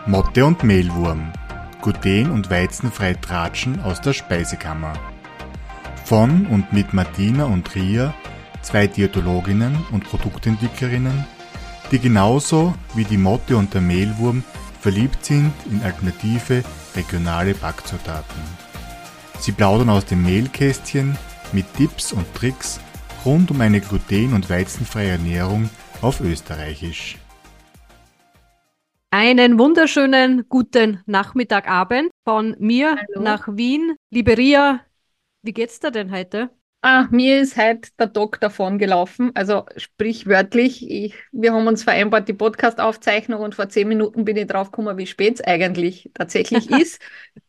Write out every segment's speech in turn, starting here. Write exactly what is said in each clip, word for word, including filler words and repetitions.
Motte und Mehlwurm. Gluten- und weizenfreie Tratschen aus der Speisekammer. Von und mit Martina und Ria, zwei Diätologinnen und Produktentwicklerinnen, die genauso wie die Motte und der Mehlwurm verliebt sind in alternative, regionale Backzutaten. Sie plaudern aus dem Mehlkästchen mit Tipps und Tricks rund um eine gluten- und weizenfreie Ernährung auf Österreichisch. Einen wunderschönen guten Nachmittagabend von mir Hallo. nach Wien. Liebe Ria, wie geht's dir denn heute? Ah, mir ist heute der Tag davon gelaufen, also sprichwörtlich. Ich, wir haben uns vereinbart, die Podcast-Aufzeichnung, und vor zehn Minuten bin ich draufgekommen, wie spät es eigentlich tatsächlich ist.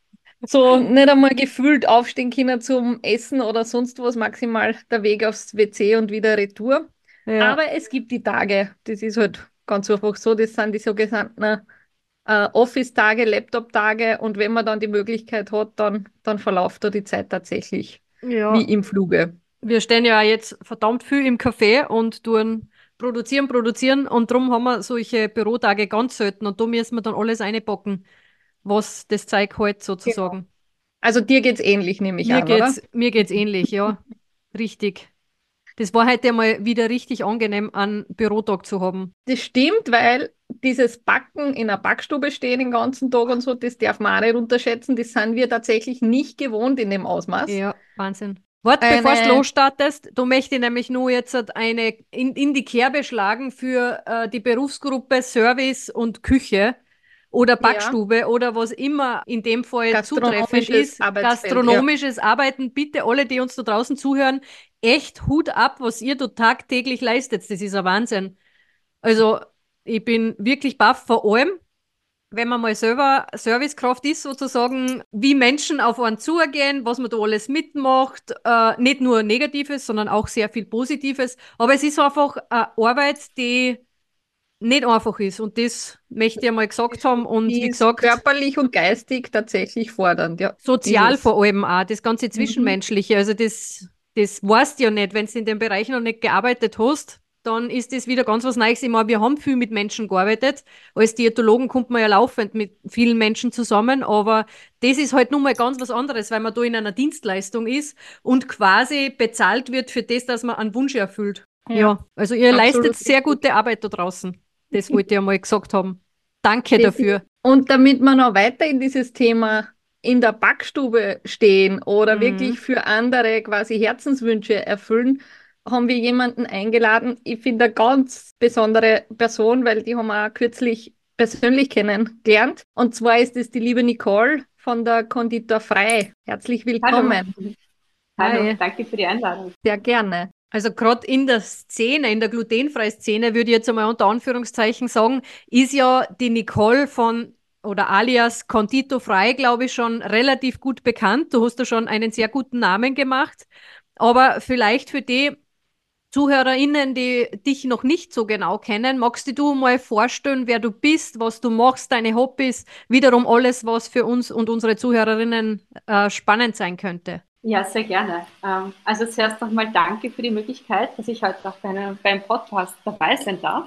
So nicht einmal gefühlt aufstehen können zum Essen oder sonst was, maximal der Weg aufs W C und wieder retour. Ja, Aber es gibt die Tage, das ist halt ganz einfach so, das sind die sogenannten äh, Office-Tage, Laptop-Tage, und wenn man dann die Möglichkeit hat, dann, dann verläuft da die Zeit tatsächlich wie ja. im Fluge. Wir stehen ja jetzt verdammt viel im Café und tun produzieren, produzieren und darum haben wir solche Bürotage ganz selten und da müssen wir dann alles einpacken, was das Zeug hält Genau. sozusagen. Also dir geht's ähnlich, nehme ich Mir an, oder? geht's, mir geht's ähnlich, ja. Richtig. Das war heute mal wieder richtig angenehm, einen Bürotag zu haben. Das stimmt, weil dieses Backen in einer Backstube stehen den ganzen Tag und so, das darf man auch nicht unterschätzen. Das sind wir tatsächlich nicht gewohnt in dem Ausmaß. Ja, Wahnsinn. Warte, bevor du Eine, losstartest, da möchte ich nämlich nur jetzt eine in, in die Kerbe schlagen für äh, die Berufsgruppe Service und Küche oder ja, Backstube oder was immer in dem Fall zutreffend gastronomisches ist. Arbeitsfeld, ja. Gastronomisches Arbeiten, bitte alle, die uns da draußen zuhören, echt Hut ab, was ihr da tagtäglich leistet. Das ist ein Wahnsinn. Also, ich bin wirklich baff, vor allem, wenn man mal selber Servicekraft ist, sozusagen, wie Menschen auf einen zugehen, was man da alles mitmacht, äh, nicht nur Negatives, sondern auch sehr viel Positives. Aber es ist einfach eine Arbeit, die nicht einfach ist. Und das möchte ich einmal gesagt haben. Und Die wie ist gesagt, körperlich und geistig tatsächlich fordernd, ja, ist sozial es. vor allem auch, das ganze Mhm. Zwischenmenschliche. Also das, das weißt du ja nicht, wenn du in dem Bereich noch nicht gearbeitet hast, dann ist das wieder ganz was Neues. Ich meine, wir haben viel mit Menschen gearbeitet. Als Diätologen kommt man ja laufend mit vielen Menschen zusammen, aber das ist halt nun mal ganz was anderes, weil man da in einer Dienstleistung ist und quasi bezahlt wird für das, dass man einen Wunsch erfüllt. Ja, Ja, also ihr leistet absolut sehr richtig. gute Arbeit da draußen. Das wollte ich einmal gesagt haben. Danke Definitiv. dafür. Und damit wir noch weiter in dieses Thema in der Backstube stehen oder Mhm. wirklich für andere quasi Herzenswünsche erfüllen, haben wir jemanden eingeladen. Ich finde eine ganz besondere Person, weil die haben wir auch kürzlich persönlich kennengelernt. Und zwar ist es die liebe Nicole von der Konditor Frei. Herzlich Hallo. willkommen. Hallo, Hi. danke für die Einladung. Sehr gerne. Also gerade in der Szene, in der glutenfreien Szene, würde ich jetzt einmal unter Anführungszeichen sagen, ist ja die Nicole von oder alias Condito Frei, glaube ich, schon relativ gut bekannt. Du hast da schon einen sehr guten Namen gemacht. Aber vielleicht für die ZuhörerInnen, die dich noch nicht so genau kennen, magst du dir mal vorstellen, wer du bist, was du machst, deine Hobbys, wiederum alles, was für uns und unsere ZuhörerInnen äh, spannend sein könnte? Ja, sehr gerne. Ähm, also zuerst nochmal danke für die Möglichkeit, dass ich heute auch bei einem, beim Podcast dabei sein darf.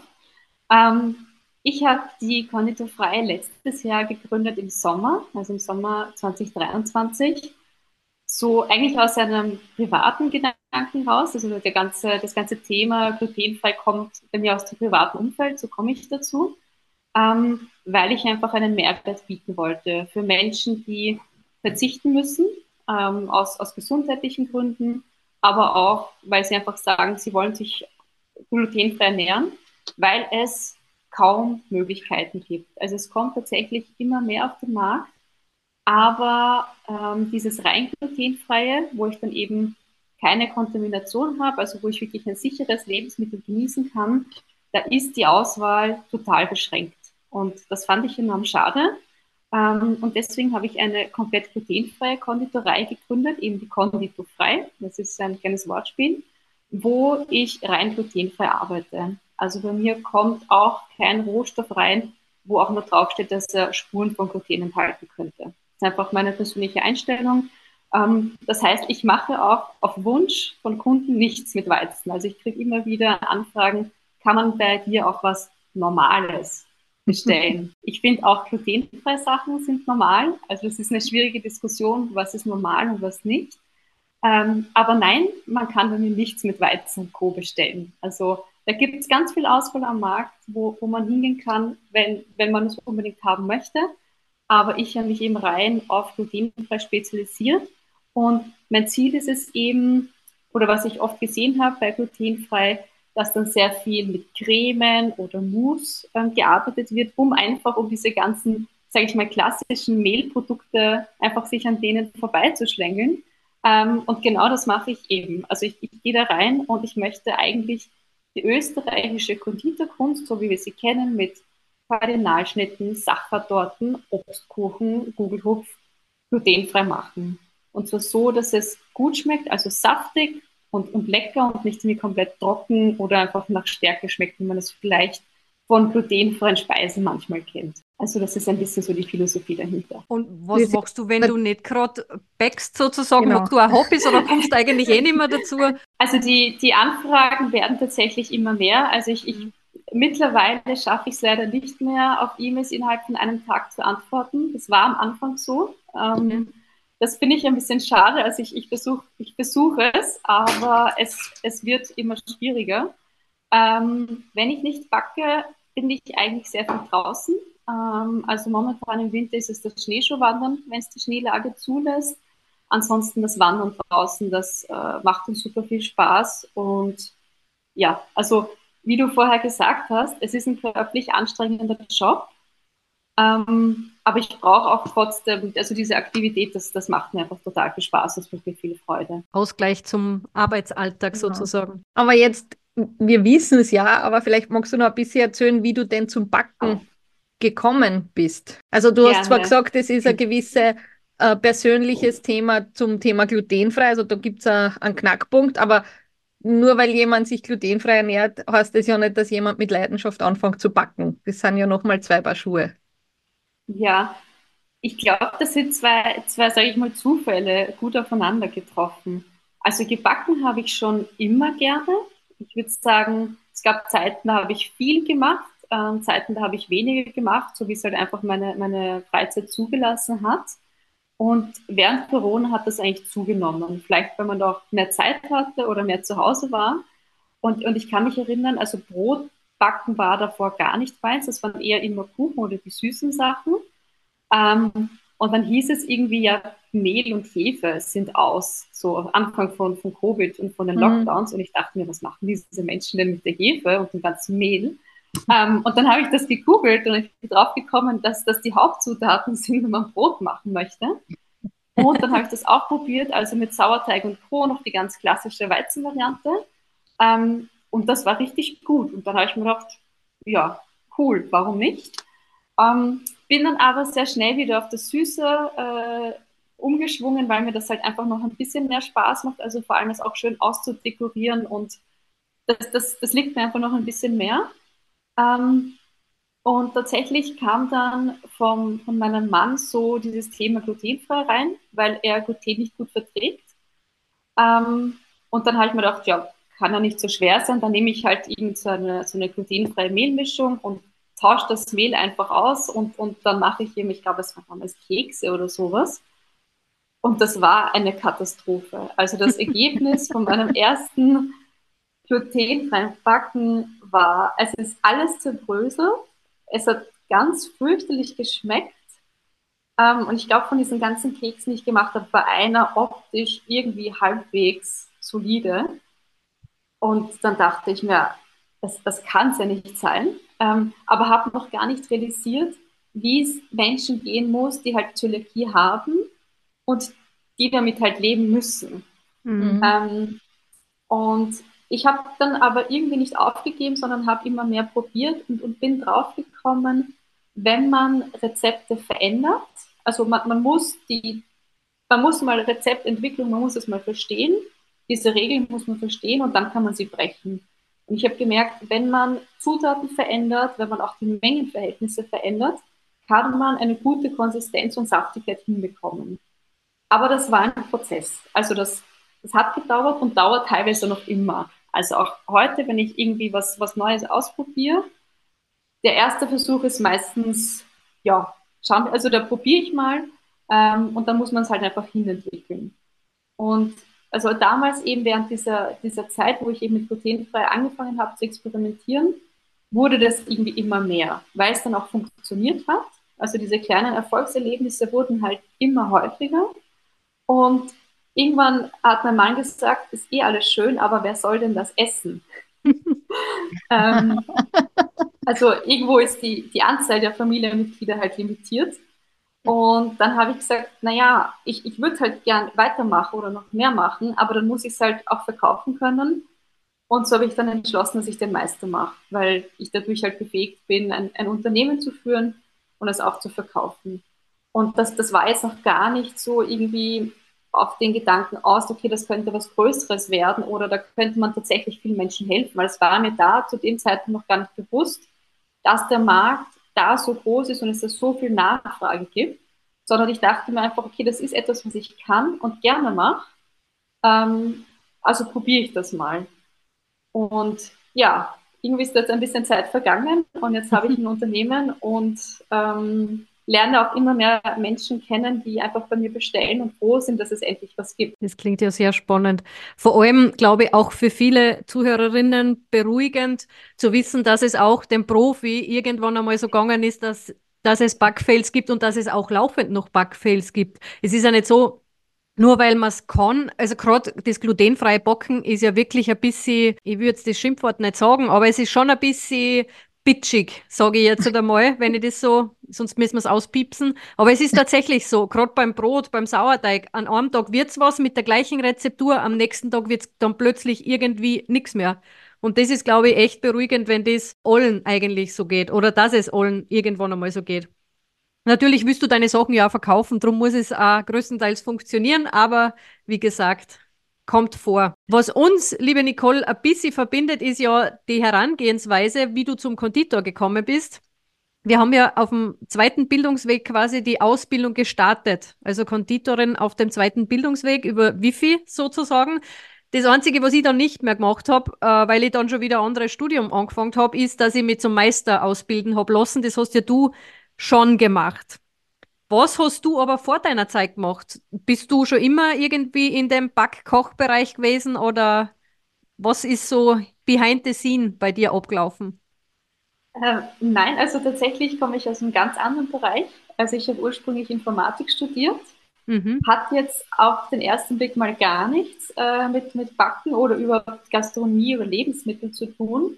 Ähm, ich habe die Konditor Frei letztes Jahr gegründet im Sommer, also im Sommer zwanzig dreiundzwanzig. So eigentlich aus einem privaten Gedanken raus. Also der ganze, das ganze Thema glutenfrei kommt bei mir aus dem privaten Umfeld, so komme ich dazu. Ähm, weil ich einfach einen Mehrwert bieten wollte für Menschen, die verzichten müssen, ähm, aus, aus gesundheitlichen Gründen, aber auch, weil sie einfach sagen, sie wollen sich glutenfrei ernähren, weil es kaum Möglichkeiten gibt. Also es kommt tatsächlich immer mehr auf den Markt, aber ähm, dieses rein glutenfreie, wo ich dann eben keine Kontamination habe, also wo ich wirklich ein sicheres Lebensmittel genießen kann, da ist die Auswahl total beschränkt. Und das fand ich enorm schade. Ähm, und deswegen habe ich eine komplett glutenfreie Konditorei gegründet, eben die Konditor Frei. Das ist ein kleines Wortspiel, wo ich rein glutenfrei arbeite. Also bei mir kommt auch kein Rohstoff rein, wo auch nur draufsteht, dass er Spuren von Gluten enthalten könnte. Das ist einfach meine persönliche Einstellung. Ähm, das heißt, ich mache auch auf Wunsch von Kunden nichts mit Weizen. Also ich kriege immer wieder Anfragen, kann man bei dir auch was Normales bestellen. Ich finde auch glutenfreie Sachen sind normal. Also es ist eine schwierige Diskussion, was ist normal und was nicht. Ähm, aber nein, man kann bei mir nichts mit Weizen und Co. bestellen. Also da gibt es ganz viel Auswahl am Markt, wo, wo man hingehen kann, wenn, wenn man es unbedingt haben möchte. Aber ich habe mich eben rein auf glutenfrei spezialisiert. Und mein Ziel ist es eben, oder was ich oft gesehen habe bei glutenfrei, dass dann sehr viel mit Cremen oder Mousse ähm, gearbeitet wird, um einfach um diese ganzen, sage ich mal, klassischen Mehlprodukte einfach sich an denen vorbeizuschlängeln. Ähm, und genau das mache ich eben. Also ich, ich gehe da rein und ich möchte eigentlich die österreichische Konditorkunst, so wie wir sie kennen, mit Kardinalschnitten, Sachertorten, Obstkuchen, Gugelhupf, glutenfrei machen. Und zwar so, dass es gut schmeckt, also saftig und, und lecker und nicht irgendwie komplett trocken oder einfach nach Stärke schmeckt, wie man es vielleicht von glutenfreien Speisen manchmal kennt. Also das ist ein bisschen so die Philosophie dahinter. Und was Wir machst du, wenn sind- du nicht gerade backst sozusagen? Genau. Machst du ein Hobbys oder kommst du eigentlich eh nicht mehr dazu? Also die, die Anfragen werden tatsächlich immer mehr. Also ich, ich mittlerweile schaffe ich es leider nicht mehr, auf E-Mails innerhalb von einem Tag zu antworten. Das war am Anfang so. Ähm, Mhm. Das finde ich ein bisschen schade. Also ich, ich versuche ich versuch es, aber es, es wird immer schwieriger. Ähm, wenn ich nicht backe, bin ich eigentlich sehr viel draußen. Ähm, also momentan im Winter ist es das Schneeschuhwandern, wenn es die Schneelage zulässt. Ansonsten das Wandern draußen, das äh, macht uns super viel Spaß. Und ja, also wie du vorher gesagt hast, es ist ein körperlich anstrengender Job. Ähm, aber ich brauche auch trotzdem, also diese Aktivität, das, das macht mir einfach total viel Spaß, das macht mir viel Freude. Ausgleich zum Arbeitsalltag Genau. sozusagen. Aber jetzt, wir wissen es ja, aber vielleicht magst du noch ein bisschen erzählen, wie du denn zum Backen gekommen bist. Also du hast zwar Gerne. gesagt, es ist ein gewisses äh, persönliches Thema zum Thema glutenfrei, also da gibt es einen Knackpunkt, aber nur weil jemand sich glutenfrei ernährt, heißt das ja nicht, dass jemand mit Leidenschaft anfängt zu backen. Das sind ja nochmal zwei Paar Schuhe. Ja, ich glaube, das sind zwei, zwei, sage ich mal, Zufälle gut aufeinander getroffen. Also gebacken habe ich schon immer gerne. Ich würde sagen, es gab Zeiten, da habe ich viel gemacht, ähm, Zeiten, da habe ich weniger gemacht, so wie es halt einfach meine, meine Freizeit zugelassen hat. Und während Corona hat das eigentlich zugenommen. Vielleicht, weil man da auch mehr Zeit hatte oder mehr zu Hause war. Und, und ich kann mich erinnern, also Brotbacken war davor gar nicht meins. Das waren eher immer Kuchen oder die süßen Sachen. Ähm, und dann hieß es irgendwie ja, Mehl und Hefe sind aus, so am Anfang von, von Covid und von den Mhm. Lockdowns. Und ich dachte mir, was machen diese Menschen denn mit der Hefe und dem ganzen Mehl? Ähm, und dann habe ich das gegoogelt und ich bin drauf gekommen, dass das die Hauptzutaten sind, wenn man Brot machen möchte. Und dann habe ich das auch probiert, also mit Sauerteig und Co., noch die ganz klassische Weizenvariante. Ähm, und das war richtig gut. Und dann habe ich mir gedacht, ja, cool, warum nicht? Ähm, bin dann aber sehr schnell wieder auf das Süße äh, umgeschwungen, weil mir das halt einfach noch ein bisschen mehr Spaß macht. Also vor allem es auch schön auszudekorieren und das, das, das liegt mir einfach noch ein bisschen mehr. Ähm, und tatsächlich kam dann vom, von meinem Mann so dieses Thema glutenfrei rein, weil er Gluten nicht gut verträgt. Ähm, und dann habe ich mir gedacht, ja, kann ja nicht so schwer sein. Dann nehme ich halt irgend so eine, so eine glutenfreie Mehlmischung und tausche das Mehl einfach aus und, und dann mache ich eben, ich glaube, es waren damals Kekse oder sowas. Und das war eine Katastrophe. Also das Ergebnis von meinem ersten glutenfreien Backen war, es ist alles zerbröselt. Es hat ganz fürchterlich geschmeckt. Ähm, und ich glaube, von diesen ganzen Keksen, die ich gemacht habe, war einer optisch irgendwie halbwegs solide. Und dann dachte ich mir, das, das kann es ja nicht sein. Ähm, aber habe noch gar nicht realisiert, wie es Menschen gehen muss, die halt Zöliakie haben und die damit halt leben müssen. Mhm. Ähm, und ich habe dann aber irgendwie nicht aufgegeben, sondern habe immer mehr probiert und, und bin draufgekommen, wenn man Rezepte verändert, also man, man muss die, man muss mal Rezeptentwicklung, man muss es mal verstehen, diese Regeln muss man verstehen und dann kann man sie brechen. Und ich habe gemerkt, wenn man Zutaten verändert, wenn man auch die Mengenverhältnisse verändert, kann man eine gute Konsistenz und Saftigkeit hinbekommen. Aber das war ein Prozess. Also das, das hat gedauert und dauert teilweise noch immer. Also auch heute, wenn ich irgendwie was, was Neues ausprobiere, der erste Versuch ist meistens, ja, schauen, also da probiere ich mal ähm, und dann muss man es halt einfach hinentwickeln. Und also damals eben während dieser, dieser Zeit, wo ich eben mit glutenfrei angefangen habe zu experimentieren, wurde das irgendwie immer mehr, weil es dann auch funktioniert hat. Also diese kleinen Erfolgserlebnisse wurden halt immer häufiger. Und irgendwann hat mein Mann gesagt, ist eh alles schön, aber wer soll denn das essen? ähm, also irgendwo ist die, die Anzahl der Familienmitglieder halt limitiert. Und dann habe ich gesagt, naja, ich, ich würde halt gern weitermachen oder noch mehr machen, aber dann muss ich es halt auch verkaufen können. Und so habe ich dann entschlossen, dass ich den Meister mache, weil ich dadurch halt befähigt bin, ein, ein Unternehmen zu führen und es auch zu verkaufen. Und das, das war jetzt noch gar nicht so irgendwie auf den Gedanken aus, okay, das könnte was Größeres werden oder da könnte man tatsächlich vielen Menschen helfen, weil es war mir da zu dem Zeitpunkt noch gar nicht bewusst, dass der Markt da so groß ist und es da so viel Nachfrage gibt, sondern ich dachte mir einfach, okay, das ist etwas, was ich kann und gerne mache, ähm, also probiere ich das mal. Und ja, irgendwie ist jetzt ein bisschen Zeit vergangen und jetzt habe ich ein Unternehmen und ähm, lerne auch immer mehr Menschen kennen, die einfach bei mir bestellen und froh sind, dass es endlich was gibt. Das klingt ja sehr spannend. Vor allem, glaube ich, auch für viele Zuhörerinnen beruhigend zu wissen, dass es auch dem Profi irgendwann einmal so gegangen ist, dass, dass es Bugfails gibt und dass es auch laufend noch Bugfails gibt. Es ist ja nicht so, nur weil man es kann, also gerade das glutenfreie Backen ist ja wirklich ein bisschen, ich würde jetzt das Schimpfwort nicht sagen, aber es ist schon ein bisschen bitchig, sage ich jetzt einmal, wenn ich das so, sonst müssen wir es auspiepsen. Aber es ist tatsächlich so, gerade beim Brot, beim Sauerteig, an einem Tag wird's was mit der gleichen Rezeptur, am nächsten Tag wird's dann plötzlich irgendwie nichts mehr. Und das ist, glaube ich, echt beruhigend, wenn das allen eigentlich so geht oder dass es allen irgendwann einmal so geht. Natürlich willst du deine Sachen ja auch verkaufen, darum muss es auch größtenteils funktionieren, aber wie gesagt, kommt vor. Was uns, liebe Nicole, ein bisschen verbindet, ist ja die Herangehensweise, wie du zum Konditor gekommen bist. Wir haben ja auf dem zweiten Bildungsweg quasi die Ausbildung gestartet, also Konditorin auf dem zweiten Bildungsweg über Wifi sozusagen. Das Einzige, was ich dann nicht mehr gemacht habe, äh, weil ich dann schon wieder ein anderes Studium angefangen habe, ist, dass ich mich zum Meister ausbilden habe lassen. Das hast ja du schon gemacht. Was hast du aber vor deiner Zeit gemacht? Bist du schon immer irgendwie in dem Back-Koch-Bereich gewesen oder was ist so behind the scene bei dir abgelaufen? Äh, nein, also tatsächlich komme ich aus einem ganz anderen Bereich. Also ich habe ursprünglich Informatik studiert, Mhm. hat jetzt auf den ersten Blick mal gar nichts äh, mit, mit Backen oder über Gastronomie oder Lebensmittel zu tun.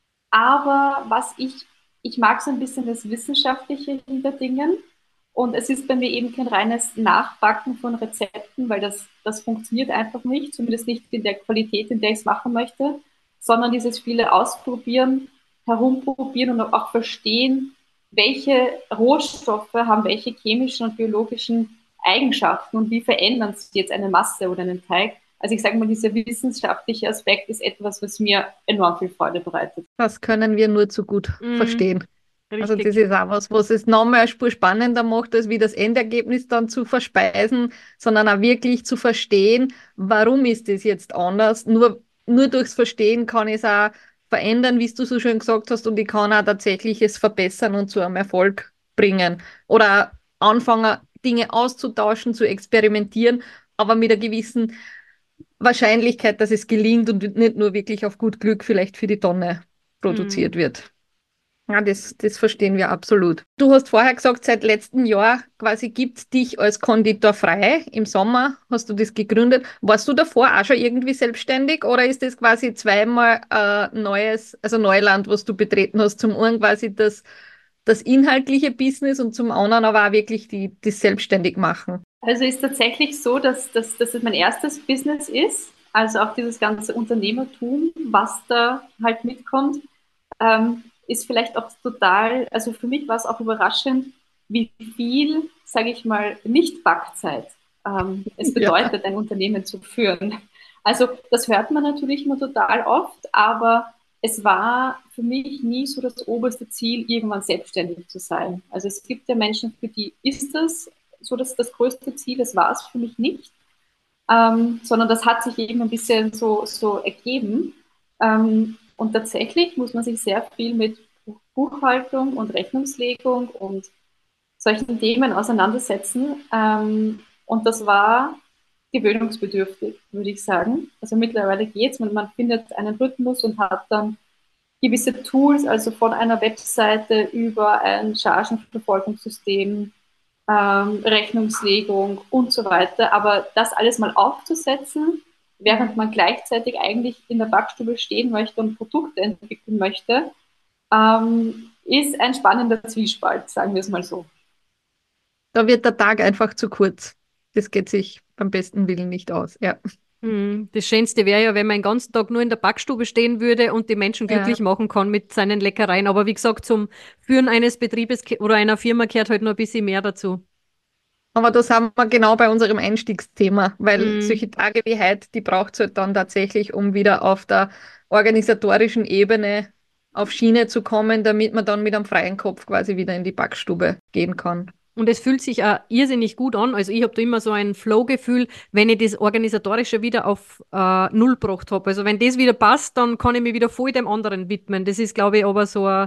Aber was ich, ich mag so ein bisschen das Wissenschaftliche hinter Dingen. Und es ist bei mir eben kein reines Nachbacken von Rezepten, weil das, das funktioniert einfach nicht, zumindest nicht in der Qualität, in der ich es machen möchte, sondern dieses viele Ausprobieren, Herumprobieren und auch verstehen, welche Rohstoffe haben welche chemischen und biologischen Eigenschaften und wie verändern sie jetzt eine Masse oder einen Teig. Also ich sage mal, dieser wissenschaftliche Aspekt ist etwas, was mir enorm viel Freude bereitet. Das können wir nur zu gut Mhm. verstehen. Also das Richtig. ist auch was, was es nochmal eine Spur spannender macht, als wie das Endergebnis dann zu verspeisen, sondern auch wirklich zu verstehen, warum ist das jetzt anders. Nur, nur durchs Verstehen kann ich es auch verändern, wie du so schön gesagt hast, und ich kann auch tatsächlich es verbessern und zu einem Erfolg bringen. Oder auch anfangen, Dinge auszutauschen, zu experimentieren, aber mit einer gewissen Wahrscheinlichkeit, dass es gelingt und nicht nur wirklich auf gut Glück vielleicht für die Tonne Mhm. produziert wird. Ja, das, das verstehen wir absolut. Du hast vorher gesagt, seit letztem Jahr quasi gibt es dich als Konditor frei. Im Sommer hast du das gegründet. Warst du davor auch schon irgendwie selbstständig oder ist das quasi zweimal äh, neues, also Neuland, was du betreten hast? Zum einen quasi das, das inhaltliche Business und zum anderen aber auch wirklich die, das selbstständig machen. Also ist tatsächlich so, dass, dass, dass es mein erstes Business ist, also auch dieses ganze Unternehmertum, was da halt mitkommt, ähm, ist vielleicht auch total, also für mich war es auch überraschend, wie viel, sage ich mal, Nicht-Backzeit ähm, es Ja. bedeutet, ein Unternehmen zu führen. Also das hört man natürlich immer total oft, aber es war für mich nie so das oberste Ziel, irgendwann selbstständig zu sein. Also es gibt ja Menschen, für die ist das so das, das größte Ziel, das war es für mich nicht, ähm, sondern das hat sich eben ein bisschen so, so ergeben. Ähm, und tatsächlich muss man sich sehr viel mit Buchhaltung und Rechnungslegung und solchen Themen auseinandersetzen. Ähm, und das war gewöhnungsbedürftig, würde ich sagen. Also mittlerweile geht es, man, man findet einen Rhythmus und hat dann gewisse Tools, also von einer Webseite über ein Chargenverfolgungssystem, ähm, Rechnungslegung und so weiter. Aber das alles mal aufzusetzen, während man gleichzeitig eigentlich in der Backstube stehen möchte und Produkte entwickeln möchte, ähm, ist ein spannender Zwiespalt, sagen wir es mal so. Da wird der Tag einfach zu kurz. Das geht sich beim besten Willen nicht aus. Ja. Hm, Das Schönste wäre ja, wenn man den ganzen Tag nur in der Backstube stehen würde und die Menschen Ja. glücklich machen kann mit seinen Leckereien. Aber wie gesagt, zum Führen eines Betriebes ge- oder einer Firma gehört halt noch ein bisschen mehr dazu. Aber das haben wir genau bei unserem Einstiegsthema, weil Hm. solche Tage wie heute, die braucht es halt dann tatsächlich, um wieder auf der organisatorischen Ebene auf Schiene zu kommen, damit man dann mit einem freien Kopf quasi wieder in die Backstube gehen kann. Und es fühlt sich auch irrsinnig gut an. Also ich habe da immer so ein Flow-Gefühl, wenn ich das Organisatorische wieder auf äh, Null gebracht habe. Also wenn das wieder passt, dann kann ich mich wieder voll dem anderen widmen. Das ist, glaube ich, aber so ein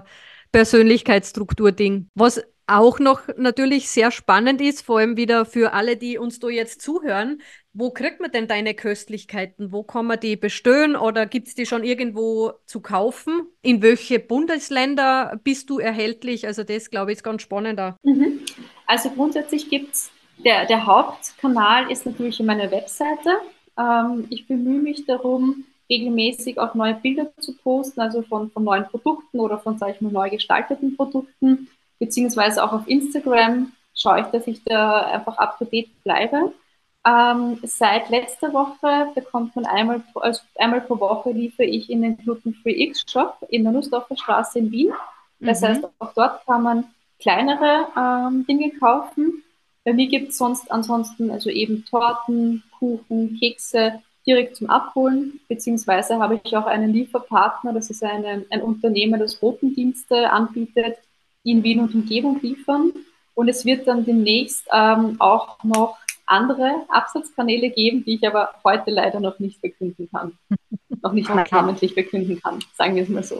Persönlichkeitsstruktur-Ding. Was auch noch natürlich sehr spannend ist, vor allem wieder für alle, die uns da jetzt zuhören, wo kriegt man denn deine Köstlichkeiten? Wo kann man die bestellen oder gibt es die schon irgendwo zu kaufen? In welche Bundesländer bist du erhältlich? Also das, glaube ich, ist ganz spannend auch. Mhm. Also grundsätzlich gibt es, der, der Hauptkanal ist natürlich meine Webseite. Ähm, ich bemühe mich darum, regelmäßig auch neue Bilder zu posten, also von, von neuen Produkten oder von, sage ich mal, neu gestalteten Produkten, beziehungsweise auch auf Instagram schaue ich, dass ich da einfach up to date bleibe. Ähm, seit letzter Woche bekommt man einmal, also einmal pro Woche liefere ich in den Gluten-Free X-Shop in der Nussdorfer Straße in Wien. Das heißt, Mhm. auch dort kann man kleinere ähm, Dinge kaufen. Bei mir gibt es sonst ansonsten also eben Torten, Kuchen, Kekse direkt zum Abholen, beziehungsweise habe ich auch einen Lieferpartner, das ist eine, ein Unternehmen, das Botendienste anbietet, die in Wien und Umgebung liefern. Und es wird dann demnächst ähm, auch noch andere Absatzkanäle geben, die ich aber heute leider noch nicht verkünden kann. Noch nicht Okay. namentlich verkünden kann, sagen wir es mal so.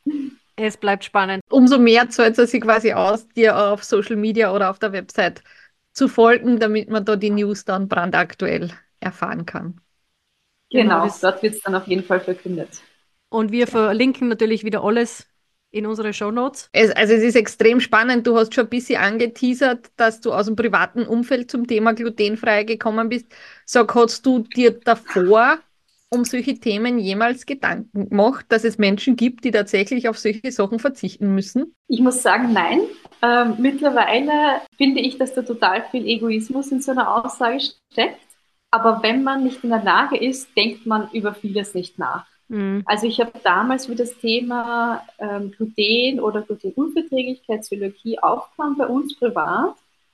Es bleibt spannend. Umso mehr zahlt es sich quasi aus, dir auf Social Media oder auf der Website zu folgen, damit man da die News dann brandaktuell erfahren kann. Genau, Genau, das. dort wird es dann auf jeden Fall verkündet. Und wir Sehr gut. verlinken natürlich wieder alles in unsere Shownotes. Es, also es ist extrem spannend. Du hast schon ein bisschen angeteasert, dass du aus dem privaten Umfeld zum Thema glutenfrei gekommen bist. Sag, hast du dir davor um solche Themen jemals Gedanken gemacht, dass es Menschen gibt, die tatsächlich auf solche Sachen verzichten müssen? Ich muss sagen, nein. Ähm, mittlerweile finde ich, dass da total viel Egoismus in so einer Aussage steckt. Aber wenn man nicht in der Lage ist, denkt man über vieles nicht nach. Mhm. Also ich habe damals, wie das Thema ähm, Gluten oder Glutenunverträglichkeit, Zöliakie aufkam bei uns privat,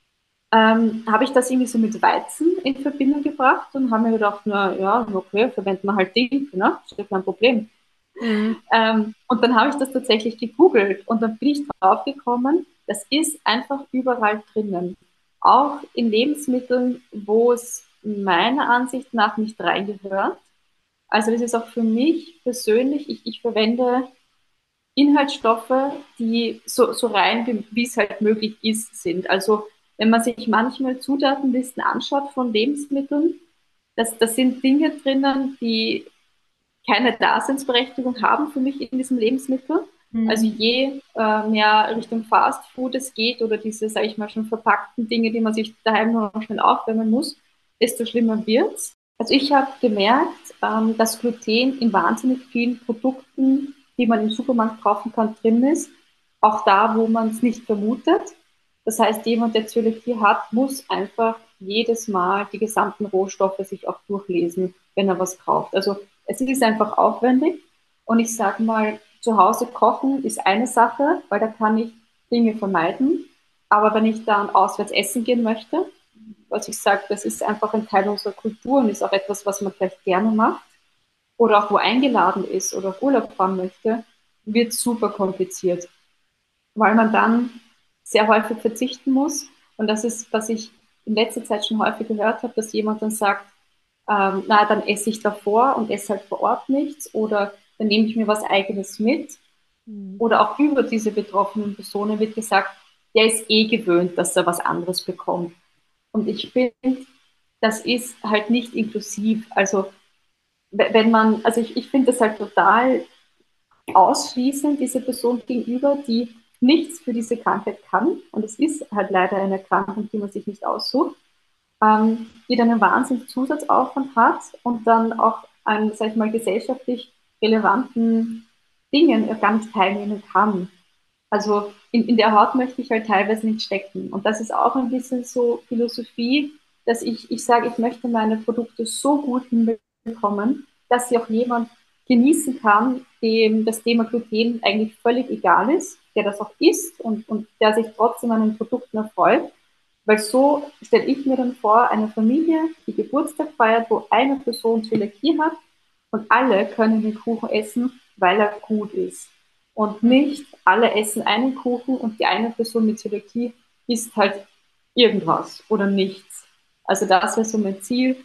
ähm, habe ich das irgendwie so mit Weizen in Verbindung gebracht und habe mir gedacht, na ja, okay, verwenden wir halt Dinkel, ne? Ist ja kein Problem. Mhm. Ähm, und dann habe ich das tatsächlich gegoogelt und dann bin ich drauf gekommen, das ist einfach überall drinnen. Auch in Lebensmitteln, wo es meiner Ansicht nach nicht reingehört. Also das ist auch für mich persönlich, ich, ich verwende Inhaltsstoffe, die so, so rein, wie, wie es halt möglich ist, sind. Also wenn man sich manchmal Zutatenlisten anschaut von Lebensmitteln, das, das sind Dinge drinnen, die keine Daseinsberechtigung haben für mich in diesem Lebensmittel. Also Mhm. je äh, mehr Richtung Fast Food es geht oder diese, sage ich mal, schon verpackten Dinge, die man sich daheim noch schnell aufwärmen muss, desto schlimmer wird's. Also ich habe gemerkt, ähm, dass Gluten in wahnsinnig vielen Produkten, die man im Supermarkt kaufen kann, drin ist. Auch da, wo man es nicht vermutet. Das heißt, jemand, der Zöliakie hat, muss einfach jedes Mal die gesamten Rohstoffe sich auch durchlesen, wenn er was kauft. Also es ist einfach aufwendig und ich sage mal, zu Hause kochen ist eine Sache, weil da kann ich Dinge vermeiden. Aber wenn ich dann auswärts essen gehen möchte, was ich sage, das ist einfach ein Teil unserer Kultur und ist auch etwas, was man vielleicht gerne macht oder auch wo eingeladen ist oder auf Urlaub fahren möchte, wird super kompliziert, weil man dann sehr häufig verzichten muss. Und das ist, was ich in letzter Zeit schon häufig gehört habe, dass jemand dann sagt, ähm, na, dann esse ich davor und esse halt vor Ort nichts oder dann nehme ich mir was Eigenes mit. Mhm. oder auch über diese betroffenen Personen wird gesagt, der ist eh gewöhnt, dass er was anderes bekommt. Und ich finde, das ist halt nicht inklusiv. Also wenn man, also ich, ich finde das halt total ausschließend, diese Person gegenüber, die nichts für diese Krankheit kann. Und es ist halt leider eine Erkrankung, die man sich nicht aussucht, ähm, die dann einen wahnsinnigen Zusatzaufwand hat und dann auch an, sag ich mal, gesellschaftlich relevanten Dingen gar nicht teilnehmen kann. Also in, in der Haut möchte ich halt teilweise nicht stecken. Und das ist auch ein bisschen so Philosophie, dass ich, ich sage, ich möchte meine Produkte so gut hinbekommen, dass sie auch jemand genießen kann, dem das Thema Gluten eigentlich völlig egal ist, der das auch isst und, und der sich trotzdem an den Produkten erfreut. Weil so stelle ich mir dann vor, eine Familie, die Geburtstag feiert, wo eine Person Zöliakie hat und alle können den Kuchen essen, weil er gut ist. Und nicht alle essen einen Kuchen und die eine Person mit Zöliakie isst halt irgendwas oder nichts. Also das wäre so mein Ziel,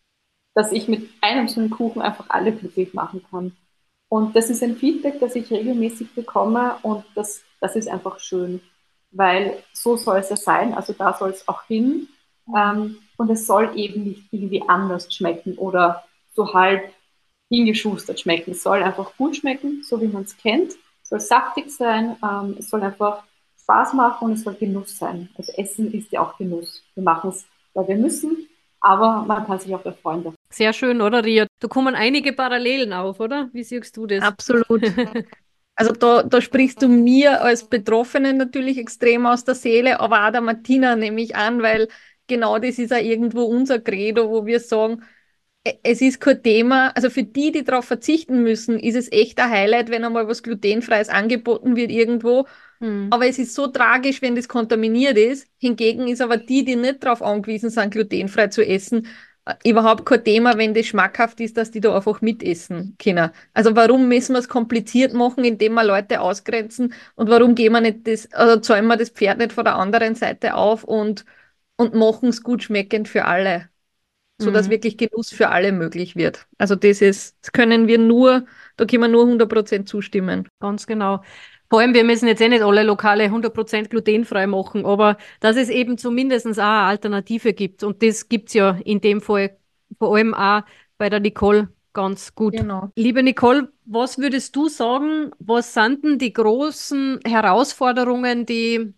dass ich mit einem so einen Kuchen einfach alle glücklich machen kann. Und das ist ein Feedback, das ich regelmäßig bekomme und das, das ist einfach schön, weil so soll es ja sein, also da soll es auch hin. Ähm, und es soll eben nicht irgendwie anders schmecken oder so halb hingeschustert schmecken. Es soll einfach gut schmecken, so wie man es kennt. Es soll saftig sein, ähm, es soll einfach Spaß machen und es soll Genuss sein. Also Essen ist ja auch Genuss. Wir machen es, weil wir müssen, aber man kann sich auch erfreuen davon. Sehr schön, oder, Ria? Da kommen einige Parallelen auf, oder? Wie siehst du das? Absolut. Also da, da sprichst du mir als Betroffenen natürlich extrem aus der Seele, aber auch der Martina nehme ich an, weil genau das ist auch irgendwo unser Credo, wo wir sagen, e- es ist kein Thema, also für die, die darauf verzichten müssen, ist es echt ein Highlight, wenn einmal was Glutenfreies angeboten wird irgendwo. Hm. Aber es ist so tragisch, wenn das kontaminiert ist. Hingegen ist aber die, die nicht darauf angewiesen sind, glutenfrei zu essen, äh, überhaupt kein Thema, wenn das schmackhaft ist, dass die da einfach mitessen können. Also warum müssen wir es kompliziert machen, indem wir Leute ausgrenzen und warum gehen wir nicht das, also zäumen wir das Pferd nicht von der anderen Seite auf und, und machen es gut schmeckend für alle, sodass Mhm. wirklich Genuss für alle möglich wird. Also das ist, das können wir nur, da können wir nur hundert Prozent zustimmen. Ganz genau. Vor allem, wir müssen jetzt eh nicht alle Lokale hundert Prozent glutenfrei machen, aber dass es eben zumindest auch eine Alternative gibt. Und das gibt's ja in dem Fall vor allem auch bei der Nicole ganz gut. Genau. Liebe Nicole, was würdest du sagen, was sind denn die großen Herausforderungen, die,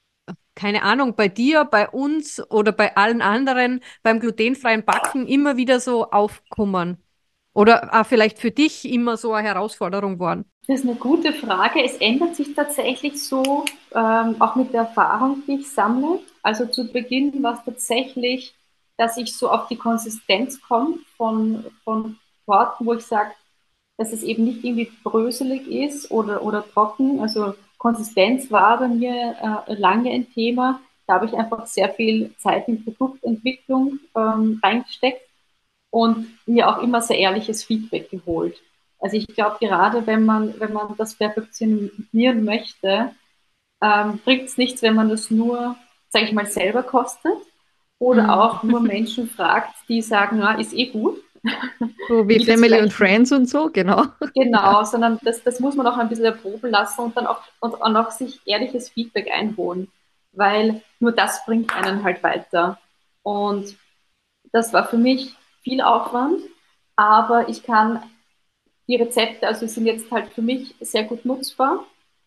keine Ahnung, bei dir, bei uns oder bei allen anderen beim glutenfreien Backen immer wieder so aufkommen? Oder auch vielleicht für dich immer so eine Herausforderung waren? Das ist eine gute Frage. Es ändert sich tatsächlich so, ähm, auch mit der Erfahrung, die ich sammle. Also zu Beginn war es tatsächlich, dass ich so auf die Konsistenz komme von, von Worten, wo ich sage, dass es eben nicht irgendwie bröselig ist oder, oder trocken. Also Konsistenz war bei mir äh, lange ein Thema. Da habe ich einfach sehr viel Zeit in Produktentwicklung ähm, reingesteckt und mir auch immer sehr ehrliches Feedback geholt. Also ich glaube, gerade wenn man, wenn man das perfektionieren möchte, ähm, bringt es nichts, wenn man das nur, sage ich mal, selber kostet oder Mhm. auch nur Menschen fragt, die sagen, na, ist eh gut. So wie Wie das Family und vielleicht Friends und so, genau. genau, sondern das, das muss man auch ein bisschen erproben lassen und dann auch, und, und auch sich ehrliches Feedback einholen, weil nur das bringt einen halt weiter. Und das war für mich viel Aufwand, aber ich kann die Rezepte, also sind jetzt halt für mich sehr gut nutzbar,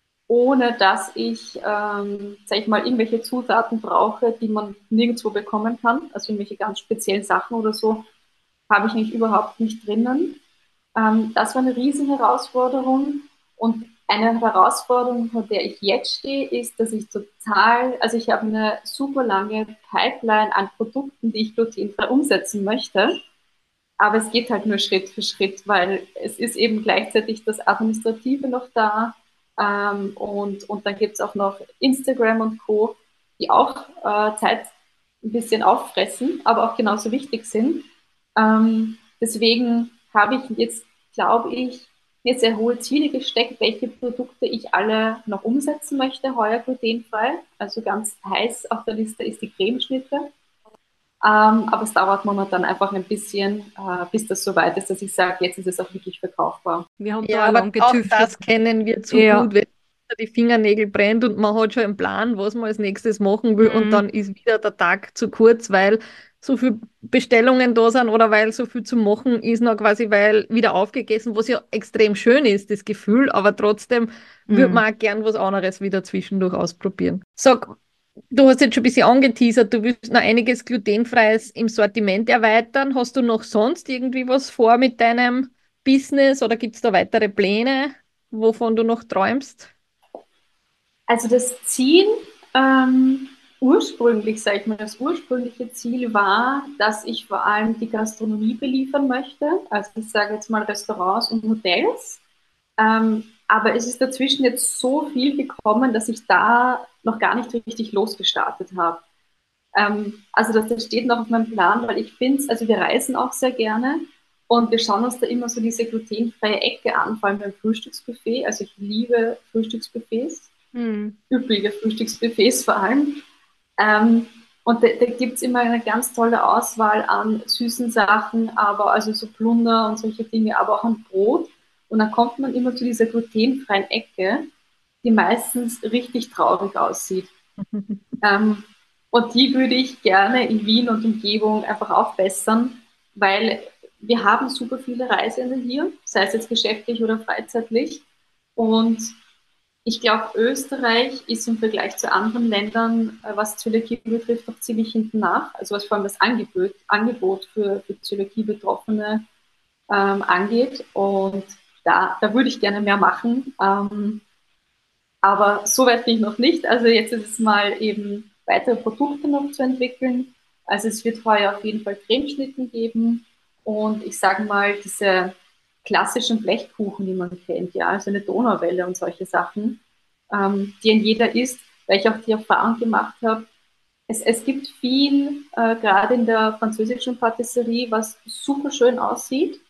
ohne dass ich, ähm, sag ich mal, irgendwelche Zutaten brauche, die man nirgendwo bekommen kann. Also irgendwelche ganz speziellen Sachen oder so habe ich eigentlich überhaupt nicht drinnen. Ähm, das war eine riesen Herausforderung. Und eine Herausforderung, vor der ich jetzt stehe, ist, dass ich total, also ich habe eine super lange Pipeline an Produkten, die ich glutenfrei umsetzen möchte. Aber es geht halt nur Schritt für Schritt, weil es ist eben gleichzeitig das Administrative noch da. Ähm, und, und dann gibt es auch noch Instagram und Co., die auch äh, Zeit ein bisschen auffressen, aber auch genauso wichtig sind. Ähm, deswegen habe ich jetzt, glaube ich, mir sehr hohe Ziele gesteckt, welche Produkte ich alle noch umsetzen möchte, heuer glutenfrei. Also ganz heiß auf der Liste ist die Cremeschnitte. Ähm, aber es dauert momentan einfach ein bisschen, äh, bis das so weit ist, dass ich sage, jetzt ist es auch wirklich verkaufbar. Wir haben Ja, da aber lang auch getüftelt. das kennen wir zu Ja. gut, wenn die Fingernägel brennt und man hat schon einen Plan, was man als nächstes machen will, und Mhm. dann ist wieder der Tag zu kurz, weil so viele Bestellungen da sind oder weil so viel zu machen ist, noch quasi weil wieder aufgegessen, was ja extrem schön ist, das Gefühl, aber trotzdem würde Mhm. man auch gern was anderes wieder zwischendurch ausprobieren. Sag, du hast jetzt schon ein bisschen angeteasert, du willst noch einiges Glutenfreies im Sortiment erweitern. Hast du noch sonst irgendwie was vor mit deinem Business oder gibt es da weitere Pläne, wovon du noch träumst? Also das Ziel, ähm, ursprünglich, sage ich mal, das ursprüngliche Ziel war, dass ich vor allem die Gastronomie beliefern möchte. Also ich sage jetzt mal Restaurants und Hotels. Ähm, aber es ist dazwischen jetzt so viel gekommen, dass ich da noch gar nicht richtig losgestartet habe. Ähm, also das, das steht noch auf meinem Plan, weil ich finde es, also wir reisen auch sehr gerne und wir schauen uns da immer so diese glutenfreie Ecke an, vor allem beim Frühstücksbuffet. Also ich liebe Frühstücksbuffets, Mhm. üppige Frühstücksbuffets vor allem. Ähm, und da, da gibt es immer eine ganz tolle Auswahl an süßen Sachen, aber also so Plunder und solche Dinge, aber auch an Brot. Und dann kommt man immer zu dieser glutenfreien Ecke, die meistens richtig traurig aussieht. Ähm, und die würde ich gerne in Wien und Umgebung einfach aufbessern, weil wir haben super viele Reisende hier, sei es jetzt geschäftlich oder freizeitlich. Und ich glaube, Österreich ist im Vergleich zu anderen Ländern, äh, was Zöliakie betrifft, noch ziemlich hinten nach. Also was vor allem das Angebot, Angebot für, für Zöliakie-Betroffene ähm, angeht. Und da, da würde ich gerne mehr machen. Ähm, aber so weit bin ich noch nicht. Also jetzt ist es mal eben weitere Produkte noch zu entwickeln. Also es wird heuer auf jeden Fall Cremeschnitten geben. Und ich sage mal, diese klassischen Blechkuchen, die man kennt, ja, also eine Donauwelle und solche Sachen, ähm, die ein jeder isst, weil ich auch die Erfahrung gemacht habe, es, es gibt viel, äh, gerade in der französischen Patisserie, was super schön aussieht,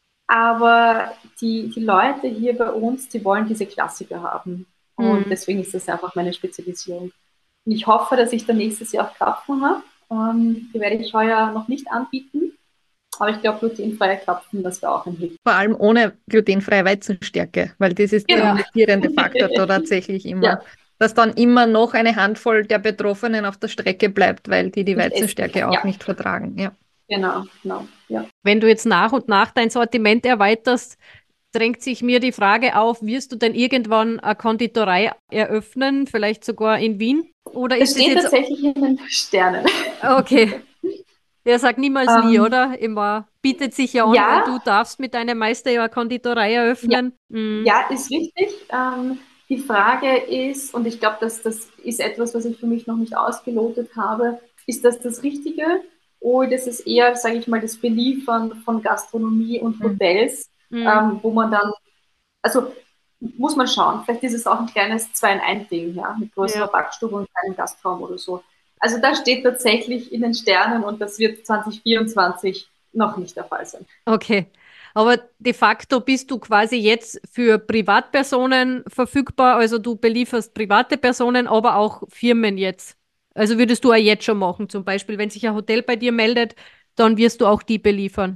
aber die, die Leute hier bei uns, die wollen diese Klassiker haben. Und Mhm. deswegen ist das einfach meine Spezialisierung. Und ich hoffe, dass ich dann nächstes Jahr auch Krapfen habe. Ähm, die werde ich heuer noch nicht anbieten. Aber ich glaube, glutenfreie Krapfen, das wäre auch ein Hit. Vor allem ohne glutenfreie Weizenstärke, weil das ist der Genau. limitierende Faktor da tatsächlich immer. Ja, Dass dann immer noch eine Handvoll der Betroffenen auf der Strecke bleibt, weil die die nicht essen. Weizenstärke auch Ja, nicht vertragen. Ja. genau, genau. Ja. Wenn du jetzt nach und nach dein Sortiment erweiterst, drängt sich mir die Frage auf, wirst du denn irgendwann eine Konditorei eröffnen, vielleicht sogar in Wien? Oder Das ist es steht jetzt, tatsächlich in den Sternen. okay, der sagt niemals nie, ähm, oder? Immer bietet sich ja an, weil ja, du darfst mit deinem Meister ja eine Konditorei ja, eröffnen. Mhm. ja, ist richtig. Ähm, die Frage ist, und ich glaube, dass das ist etwas, was ich für mich noch nicht ausgelotet habe, ist das das Richtige oder ist es eher, sage ich mal, das Beliefern von Gastronomie und Mhm. Hotels, Mhm. ähm, wo man dann, also muss man schauen, vielleicht ist es auch ein kleines Zwei-in-ein-Ding, ja, mit größerer Ja. Backstube und kleinem Gastraum oder so. Also da steht tatsächlich in den Sternen und das wird zwanzig vierundzwanzig noch nicht der Fall sein. Okay. Aber de facto bist du quasi jetzt für Privatpersonen verfügbar, also du belieferst private Personen, aber auch Firmen jetzt. Also würdest du auch jetzt schon machen, zum Beispiel, wenn sich ein Hotel bei dir meldet, dann wirst du auch die beliefern.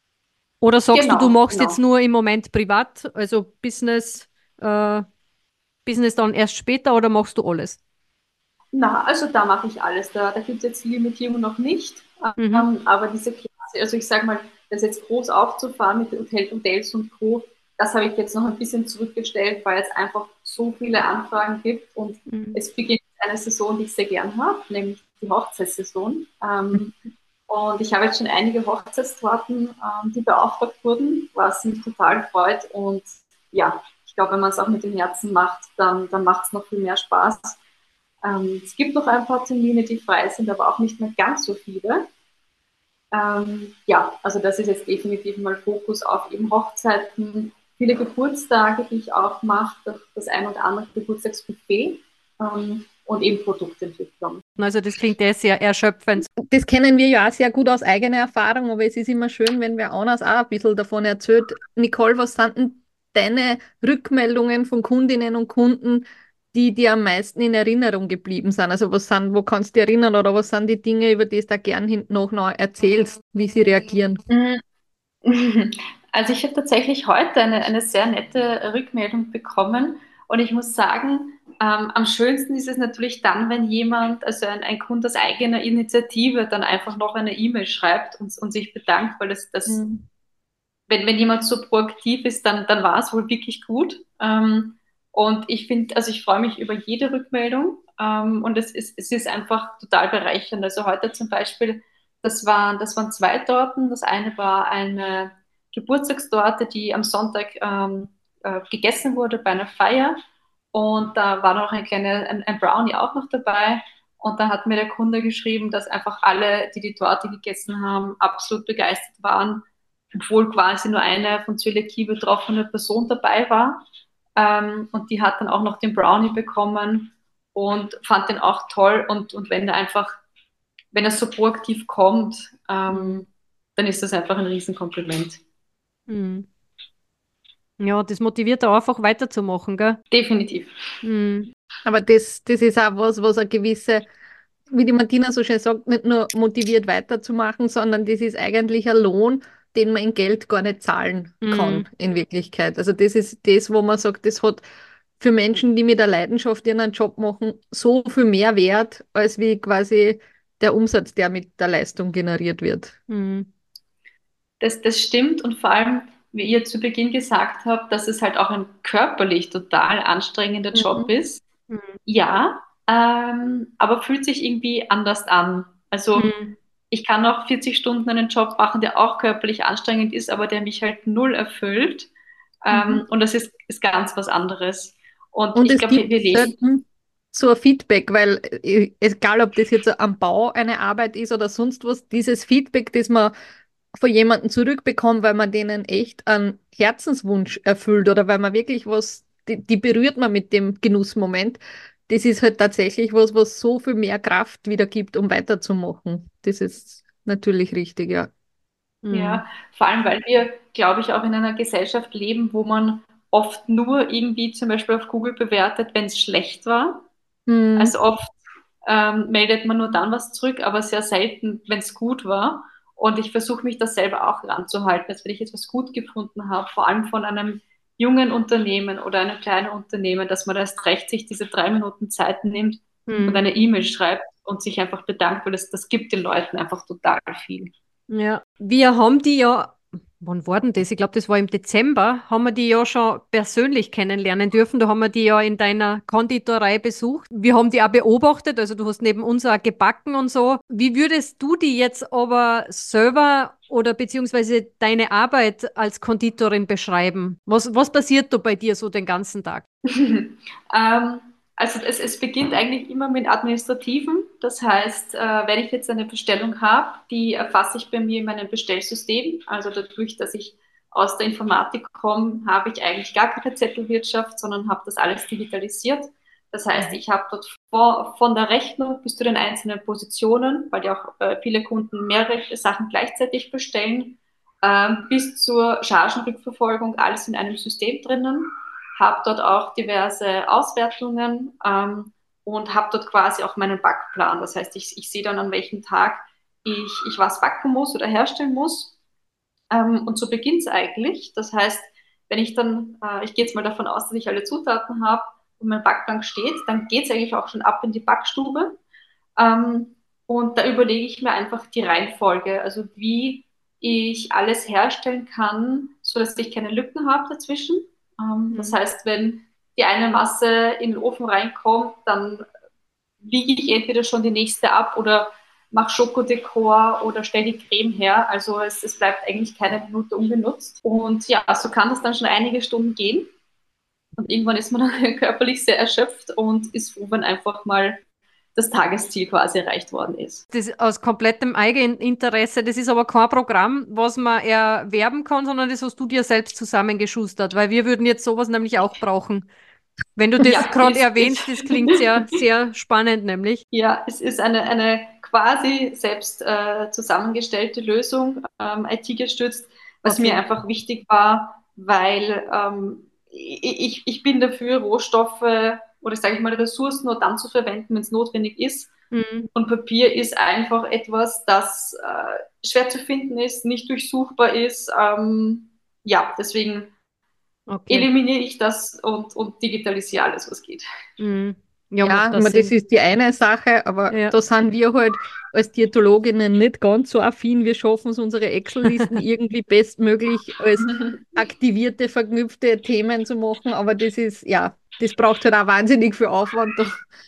Oder sagst du, du Genau, machst jetzt genau. nur im Moment privat, also Business, äh, Business dann erst später oder machst du alles? Na, also da mache ich alles. Da, da gibt es jetzt die Limitierung noch nicht. Mhm. Ähm, aber diese Klasse, also ich sage mal, das jetzt groß aufzufahren mit Hotel, Hotels und Co., das habe ich jetzt noch ein bisschen zurückgestellt, weil es einfach so viele Anfragen gibt und Mhm. es beginnt eine Saison, die ich sehr gern habe, nämlich die Hochzeitssaison. Ähm, und ich habe jetzt schon einige Hochzeitstorten, ähm, die beauftragt wurden, was mich total freut. Und ja, ich glaube, wenn man es auch mit dem Herzen macht, dann, dann macht es noch viel mehr Spaß. Ähm, es gibt noch ein paar Termine, die frei sind, aber auch nicht mehr ganz so viele. Ähm, ja, also das ist jetzt definitiv mal Fokus auf eben Hochzeiten, viele Geburtstage, die ich auch mache, das ein oder andere Geburtstagsbuffet ähm, und eben Produktentwicklung. Also das klingt ja sehr erschöpfend. Das kennen wir ja auch sehr gut aus eigener Erfahrung, aber es ist immer schön, wenn wer anders auch ein bisschen davon erzählt. Nicole, was sind denn deine Rückmeldungen von Kundinnen und Kunden, die dir am meisten in Erinnerung geblieben sind? Also was sind, wo kannst du dich erinnern oder was sind die Dinge, über die du da gern hinten noch, noch erzählst, wie sie reagieren? Mm. Also ich habe tatsächlich heute eine, eine sehr nette Rückmeldung bekommen und ich muss sagen, ähm, am schönsten ist es natürlich dann, wenn jemand, also ein, ein Kunde aus eigener Initiative dann einfach noch eine E-Mail schreibt und, und sich bedankt, weil das, das Mhm. wenn, wenn jemand so proaktiv ist, dann, dann war es wohl wirklich gut. Ähm, und ich finde, also ich freue mich über jede Rückmeldung. Ähm, und es ist, es ist einfach total bereichernd. Also heute zum Beispiel, das waren, das waren zwei Torten. Das eine war eine Geburtstagstorte, die am Sonntag ähm, äh, gegessen wurde bei einer Feier. Und da war noch ein kleiner, ein, ein Brownie auch noch dabei. Und da hat mir der Kunde geschrieben, dass einfach alle, die die Torte gegessen haben, absolut begeistert waren, obwohl quasi nur eine von Zöliakie betroffene Person dabei war. Ähm, und die hat dann auch noch den Brownie bekommen und fand den auch toll. Und, und wenn er einfach, wenn er so proaktiv kommt, Mhm. ähm, dann ist das einfach ein Riesenkompliment. Mhm. Ja, das motiviert auch einfach weiterzumachen, gell? Definitiv. Mhm. Aber das, das ist auch was, was eine gewisse, wie die Martina so schön sagt, nicht nur motiviert weiterzumachen, sondern das ist eigentlich ein Lohn, den man in Geld gar nicht zahlen kann, Mhm. in Wirklichkeit. Also das ist das, wo man sagt, das hat für Menschen, die mit der Leidenschaft ihren Job machen, so viel mehr Wert, als wie quasi der Umsatz, der mit der Leistung generiert wird. Mhm. Das, das stimmt und vor allem, wie ihr zu Beginn gesagt habt, dass es halt auch ein körperlich total anstrengender Job Mhm. ist. Mhm. Ja, ähm, aber fühlt sich irgendwie anders an. Also Mhm. ich kann auch vierzig Stunden einen Job machen, der auch körperlich anstrengend ist, aber der mich halt null erfüllt. Mhm. Ähm, und das ist, ist ganz was anderes. Und Und ich es glaube, wir, gibt wir leben. selten so ein Feedback, weil äh, egal, ob das jetzt am Bau eine Arbeit ist oder sonst was, dieses Feedback, das man von jemandem zurückbekommt, weil man denen echt einen Herzenswunsch erfüllt oder weil man wirklich was, die, die berührt man mit dem Genussmoment, das ist halt tatsächlich was, was so viel mehr Kraft wieder gibt, um weiterzumachen. Das ist natürlich richtig, ja. Mhm. Ja, vor allem, weil wir, glaube ich, auch in einer Gesellschaft leben, wo man oft nur irgendwie zum Beispiel auf Google bewertet, wenn es schlecht war. Hm. Also oft ähm, meldet man nur dann was zurück, aber sehr selten, wenn es gut war. Und ich versuche mich da selber auch ranzuhalten, dass wenn ich etwas gut gefunden habe, vor allem von einem jungen Unternehmen oder einem kleinen Unternehmen, dass man da erst recht sich diese drei Minuten Zeit nimmt und Mhm. eine E-Mail schreibt und sich einfach bedankt, weil das, das gibt den Leuten einfach total viel. Ja, wir haben die ja, wann war denn das? Ich glaube, das war im Dezember, haben wir die ja schon persönlich kennenlernen dürfen. Da haben wir die ja in deiner Konditorei besucht. Wir haben die auch beobachtet, also du hast neben uns auch gebacken und so. Wie würdest du die jetzt aber selber oder beziehungsweise deine Arbeit als Konditorin beschreiben? Was, was passiert da bei dir so den ganzen Tag? ähm, also es, es beginnt eigentlich immer mit Administrativen. Das heißt, äh, wenn ich jetzt eine Bestellung habe, die erfasse ich bei mir in meinem Bestellsystem. Also dadurch, dass ich aus der Informatik komme, habe ich eigentlich gar keine Zettelwirtschaft, sondern habe das alles digitalisiert. Das heißt, ich habe dort vor, von der Rechnung bis zu den einzelnen Positionen, weil ja auch äh, viele Kunden mehrere Sachen gleichzeitig bestellen, ähm, bis zur Chargenrückverfolgung alles in einem System drinnen, habe dort auch diverse Auswertungen ähm, und habe dort quasi auch meinen Backplan. Das heißt, ich, ich sehe dann, an welchem Tag ich, ich was backen muss oder herstellen muss. Ähm, und so beginnt es eigentlich. Das heißt, wenn ich dann, äh, ich gehe jetzt mal davon aus, dass ich alle Zutaten habe und mein Backplan steht, dann geht es eigentlich auch schon ab in die Backstube. Ähm, und da überlege ich mir einfach die Reihenfolge, also wie ich alles herstellen kann, so dass ich keine Lücken habe dazwischen. Ähm, das Mhm. heißt, wenn die eine Masse in den Ofen reinkommt, dann wiege ich entweder schon die nächste ab oder mache Schokodekor oder stelle die Creme her. Also es, es bleibt eigentlich keine Minute ungenutzt. Und ja, so kann das dann schon einige Stunden gehen. Und irgendwann ist man dann körperlich sehr erschöpft und ist froh, wenn einfach mal das Tagesziel quasi erreicht worden ist. Das ist aus komplettem Eigeninteresse. Das ist aber kein Programm, was man erwerben kann, sondern das hast du dir selbst zusammengeschustert, weil wir würden jetzt sowas nämlich auch brauchen. Wenn du das Ja, gerade ist, ist erwähnst, das klingt sehr, sehr spannend, nämlich. ja, es ist eine, eine quasi selbst äh, zusammengestellte Lösung, ähm, I T-gestützt, was mir Okay. einfach wichtig war, weil ähm, ich, ich bin dafür, Rohstoffe oder sage ich mal Ressourcen nur dann zu verwenden, wenn es notwendig ist. Mhm. Und Papier ist einfach etwas, das äh, schwer zu finden ist, nicht durchsuchbar ist. Ähm, ja, deswegen Okay. eliminiere ich das und, und digitalisiere alles, was geht. Mhm. Ja, Ja, macht das aber das Sinn. ist die eine Sache, aber Ja. da sind wir halt als Diätologinnen nicht ganz so affin. Wir schaffen es, unsere Excel-Listen irgendwie bestmöglich als aktivierte, verknüpfte Themen zu machen, aber das ist, ja, das braucht halt auch wahnsinnig viel Aufwand. Da,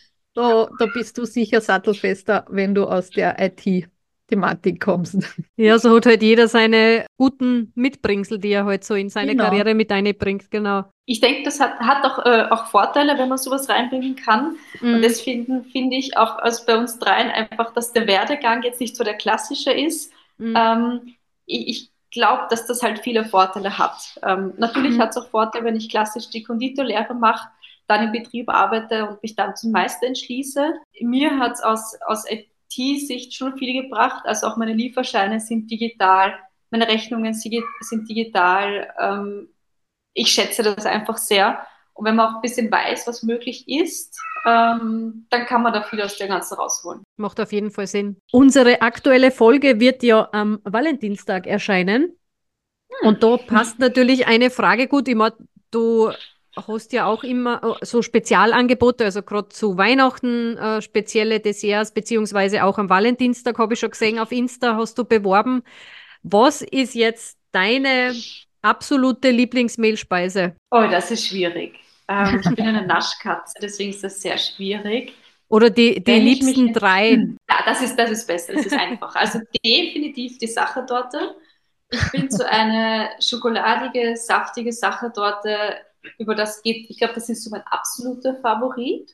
da, da bist du sicher sattelfester, wenn du aus der I T-Thematik kommst. Ja, so hat halt jeder seine guten Mitbringsel, die er halt so in seine Genau. Karriere mit einbringt, genau. Ich denke, das hat, hat auch, äh, auch Vorteile, wenn man sowas reinbringen kann. Und Mhm. das finde find ich auch also bei uns dreien einfach, dass der Werdegang jetzt nicht so der klassische ist. Mhm. Ähm, ich ich glaube, dass das halt viele Vorteile hat. Ähm, natürlich Mhm. hat es auch Vorteile, wenn ich klassisch die Konditorlehre mache, dann im Betrieb arbeite und mich dann zum Meister entschließe. Mir hat es aus, aus I T-Sicht schon viel gebracht. Also auch meine Lieferscheine sind digital, meine Rechnungen sind sind digital. Ähm, ich schätze das einfach sehr. Und wenn man auch ein bisschen weiß, was möglich ist, ähm, dann kann man da viel aus der Ganzen rausholen. Macht auf jeden Fall Sinn. Unsere aktuelle Folge wird ja am Valentinstag erscheinen. Und da passt natürlich eine Frage gut. Ich mein, du hast ja auch immer äh, so Spezialangebote, also gerade zu Weihnachten äh, spezielle Desserts, beziehungsweise auch am Valentinstag habe ich schon gesehen, auf Insta hast du beworben. Was ist jetzt deine absolute Lieblingsmehlspeise? Oh, das ist schwierig. Ähm, ich bin eine Naschkatze, deswegen ist das sehr schwierig. Oder die, die Wenn ich mich liebsten ent- drei? Ja, das ist, das ist besser, das ist einfach. Also definitiv die Sachertorte. Ich bin so eine schokoladige, saftige Sachertorte, über das geht, ich glaube, das ist so mein absoluter Favorit.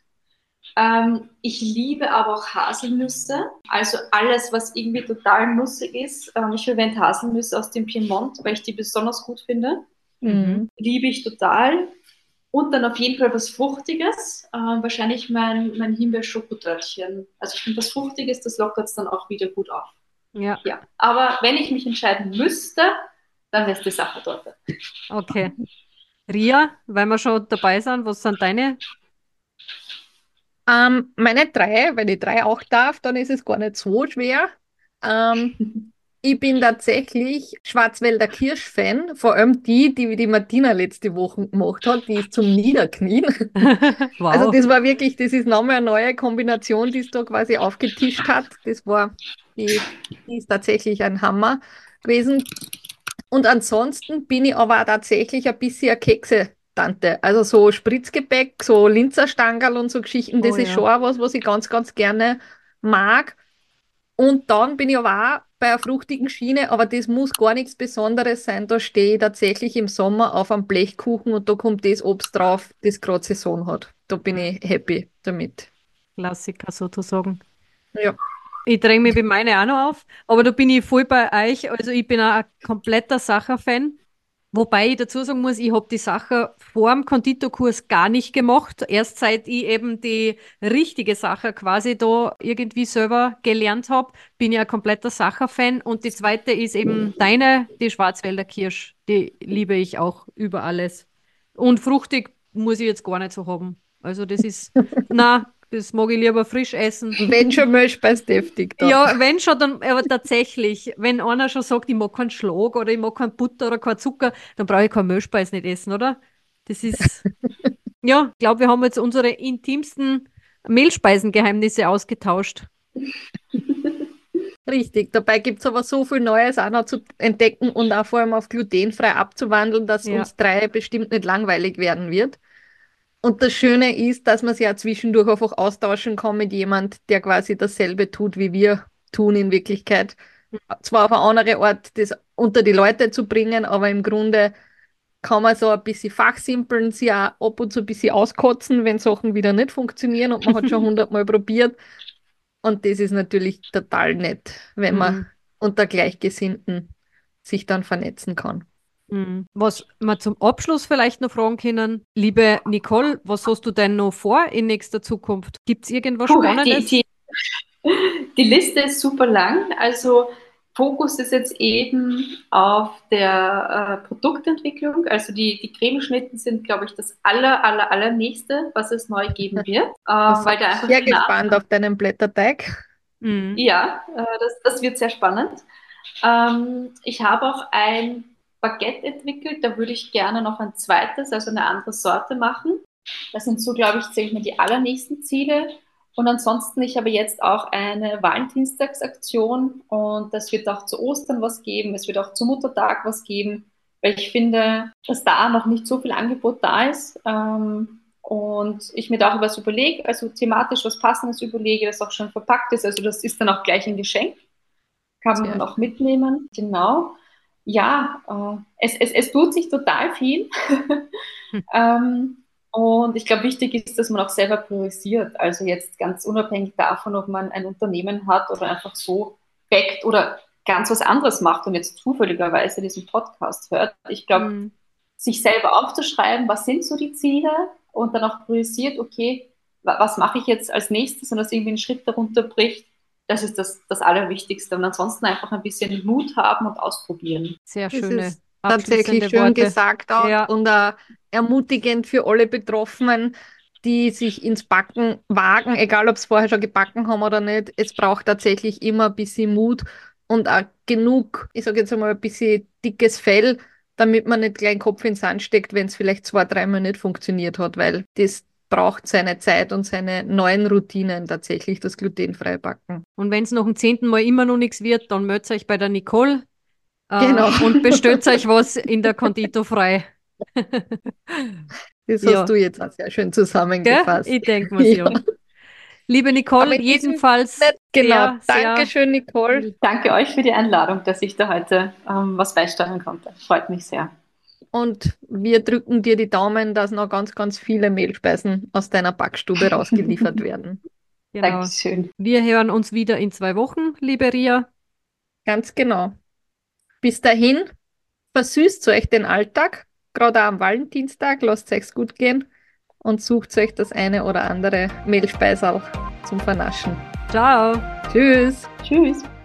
Ähm, ich liebe aber auch Haselnüsse, also alles, was irgendwie total nussig ist. Ähm, ich verwende Haselnüsse aus dem Piemont, weil ich die besonders gut finde. Mhm. Liebe ich total. Und dann auf jeden Fall was Fruchtiges, äh, wahrscheinlich mein, mein Himbeer-Schokotörtchen. Also ich finde was Fruchtiges, das lockert es dann auch wieder gut auf. Ja, Ja, aber wenn ich mich entscheiden müsste, dann wäre es die Sachertorte. okay. Ria, weil wir schon dabei sind, was sind deine? Ähm, meine drei, wenn ich drei auch darf, dann ist es gar nicht so schwer. Ähm, ich bin tatsächlich Schwarzwälder Kirsch-Fan, vor allem die, die die Martina letzte Woche gemacht hat, die ist zum Niederknien. Also Wow. das war wirklich, das ist nochmal eine neue Kombination, die es da quasi aufgetischt hat. Das war, die, die ist tatsächlich ein Hammer gewesen. Und ansonsten bin ich aber auch tatsächlich ein bisschen eine Kekse-Tante. Also so Spritzgebäck, so Linzerstangerl und so Geschichten, das Oh ist ja. schon auch was, was ich ganz, ganz gerne mag. Und dann bin ich aber auch bei einer fruchtigen Schiene, aber das muss gar nichts Besonderes sein. Da stehe ich tatsächlich im Sommer auf einem Blechkuchen und da kommt das Obst drauf, das gerade Saison hat. Da bin ich happy damit. Klassiker sozusagen. Ja. Ich dränge mich bei meine auch noch auf, aber da bin ich voll bei euch. Also ich bin auch ein kompletter Sacher-Fan. Wobei ich dazu sagen muss, ich habe die Sache vor dem Konditorkurs gar nicht gemacht. Erst seit ich eben die richtige Sache quasi da irgendwie selber gelernt habe, bin ich ein kompletter Sacher-Fan. Und die zweite ist eben deine, die Schwarzwälder Kirsch. Die liebe ich auch über alles. Und fruchtig muss ich jetzt gar nicht so haben. Also das ist, na, das mag ich lieber frisch essen. Wenn schon Milchspeis deftig da. Ja, wenn schon, dann, aber tatsächlich, wenn einer schon sagt, ich mag keinen Schlag oder ich mag keinen Butter oder keinen Zucker, dann brauche ich keinen Milchspeis nicht essen, oder? Das ist, ja, ich glaube, wir haben jetzt unsere intimsten Mehlspeisengeheimnisse ausgetauscht. Richtig, dabei gibt es aber so viel Neues auch noch zu entdecken und auch vor allem auf glutenfrei abzuwandeln, dass Ja. uns drei bestimmt nicht langweilig werden wird. Und das Schöne ist, dass man sich ja zwischendurch einfach austauschen kann mit jemand, der quasi dasselbe tut, wie wir tun in Wirklichkeit. Zwar auf eine andere Art, das unter die Leute zu bringen, aber im Grunde kann man so ein bisschen fachsimpeln, sich auch ab und zu ein bisschen auskotzen, wenn Sachen wieder nicht funktionieren und man hat schon hundertmal probiert. Und das ist natürlich total nett, wenn man Mhm. unter Gleichgesinnten sich dann vernetzen kann. Mhm. Was wir zum Abschluss vielleicht noch fragen können, liebe Nicole, was hast du denn noch vor in nächster Zukunft? Gibt es irgendwas Puh, die, Spannendes? die, die Liste ist super lang. Also Fokus ist jetzt eben auf der äh, Produktentwicklung. Also die, die Cremeschnitten sind, glaube ich, das aller, aller, allernächste, was es neu geben wird. Äh, weil da einfach sehr die Nach- gespannt auf deinen Blätterteig. Mhm. Ja, äh, das, das wird sehr spannend. Ähm, ich habe auch ein Baguette entwickelt, da würde ich gerne noch ein zweites, also eine andere Sorte machen. Das sind so, glaube ich, zähle ich mir die allernächsten Ziele. Und ansonsten, ich habe jetzt auch eine Valentinstagsaktion und das wird auch zu Ostern was geben, es wird auch zu Muttertag was geben, weil ich finde, dass da noch nicht so viel Angebot da ist. Ähm, und ich mir da auch was überlege, also thematisch was Passendes überlege, das auch schon verpackt ist. Also das ist dann auch gleich ein Geschenk, kann man Sehr auch mitnehmen. Genau. Ja, äh, es, es, es tut sich total viel. Hm. ähm, und ich glaube, wichtig ist, dass man auch selber priorisiert. Also jetzt ganz unabhängig davon, ob man ein Unternehmen hat oder einfach so backt oder ganz was anderes macht und jetzt zufälligerweise diesen Podcast hört. Ich glaube, Mhm. sich selber aufzuschreiben, was sind so die Ziele und dann auch priorisiert, okay, wa- was mache ich jetzt als nächstes und das irgendwie einen Schritt darunter bricht, das ist das, das Allerwichtigste. Und ansonsten einfach ein bisschen Mut haben und ausprobieren. Sehr Das schöne ist tatsächlich abschließende schön Worte. gesagt auch Ja. und äh, ermutigend für alle Betroffenen, die sich ins Backen wagen, egal ob es vorher schon gebacken haben oder nicht. Es braucht tatsächlich immer ein bisschen Mut und auch genug, ich sage jetzt einmal, ein bisschen dickes Fell, damit man nicht gleich den Kopf in den Sand steckt, wenn es vielleicht zwei, dreimal nicht funktioniert hat, weil das braucht seine Zeit und seine neuen Routinen tatsächlich, das glutenfreie Backen. Und wenn es noch ein zehnten Mal immer noch nichts wird, dann meldet euch bei der Nicole äh, Genau. und bestellt euch was in der Condito frei. Das Ja. hast du jetzt auch sehr schön Gell? zusammengefasst. Ich denke mir Ja. ja. Liebe Aber Nicole, in diesem jedenfalls Sinne, genau. sehr, sehr Dankeschön, Nicole. Danke euch für die Einladung, dass ich da heute ähm, was beisteuern konnte. Freut mich sehr. Und wir drücken dir die Daumen, dass noch ganz, ganz viele Mehlspeisen aus deiner Backstube rausgeliefert werden. genau. Dankeschön. Wir hören uns wieder in zwei Wochen, liebe Ria. Ganz genau. Bis dahin, versüßt euch den Alltag, gerade auch am Valentinstag, lasst es euch gut gehen und sucht euch das eine oder andere Mehlspeisal zum Vernaschen. Ciao. Tschüss. Tschüss.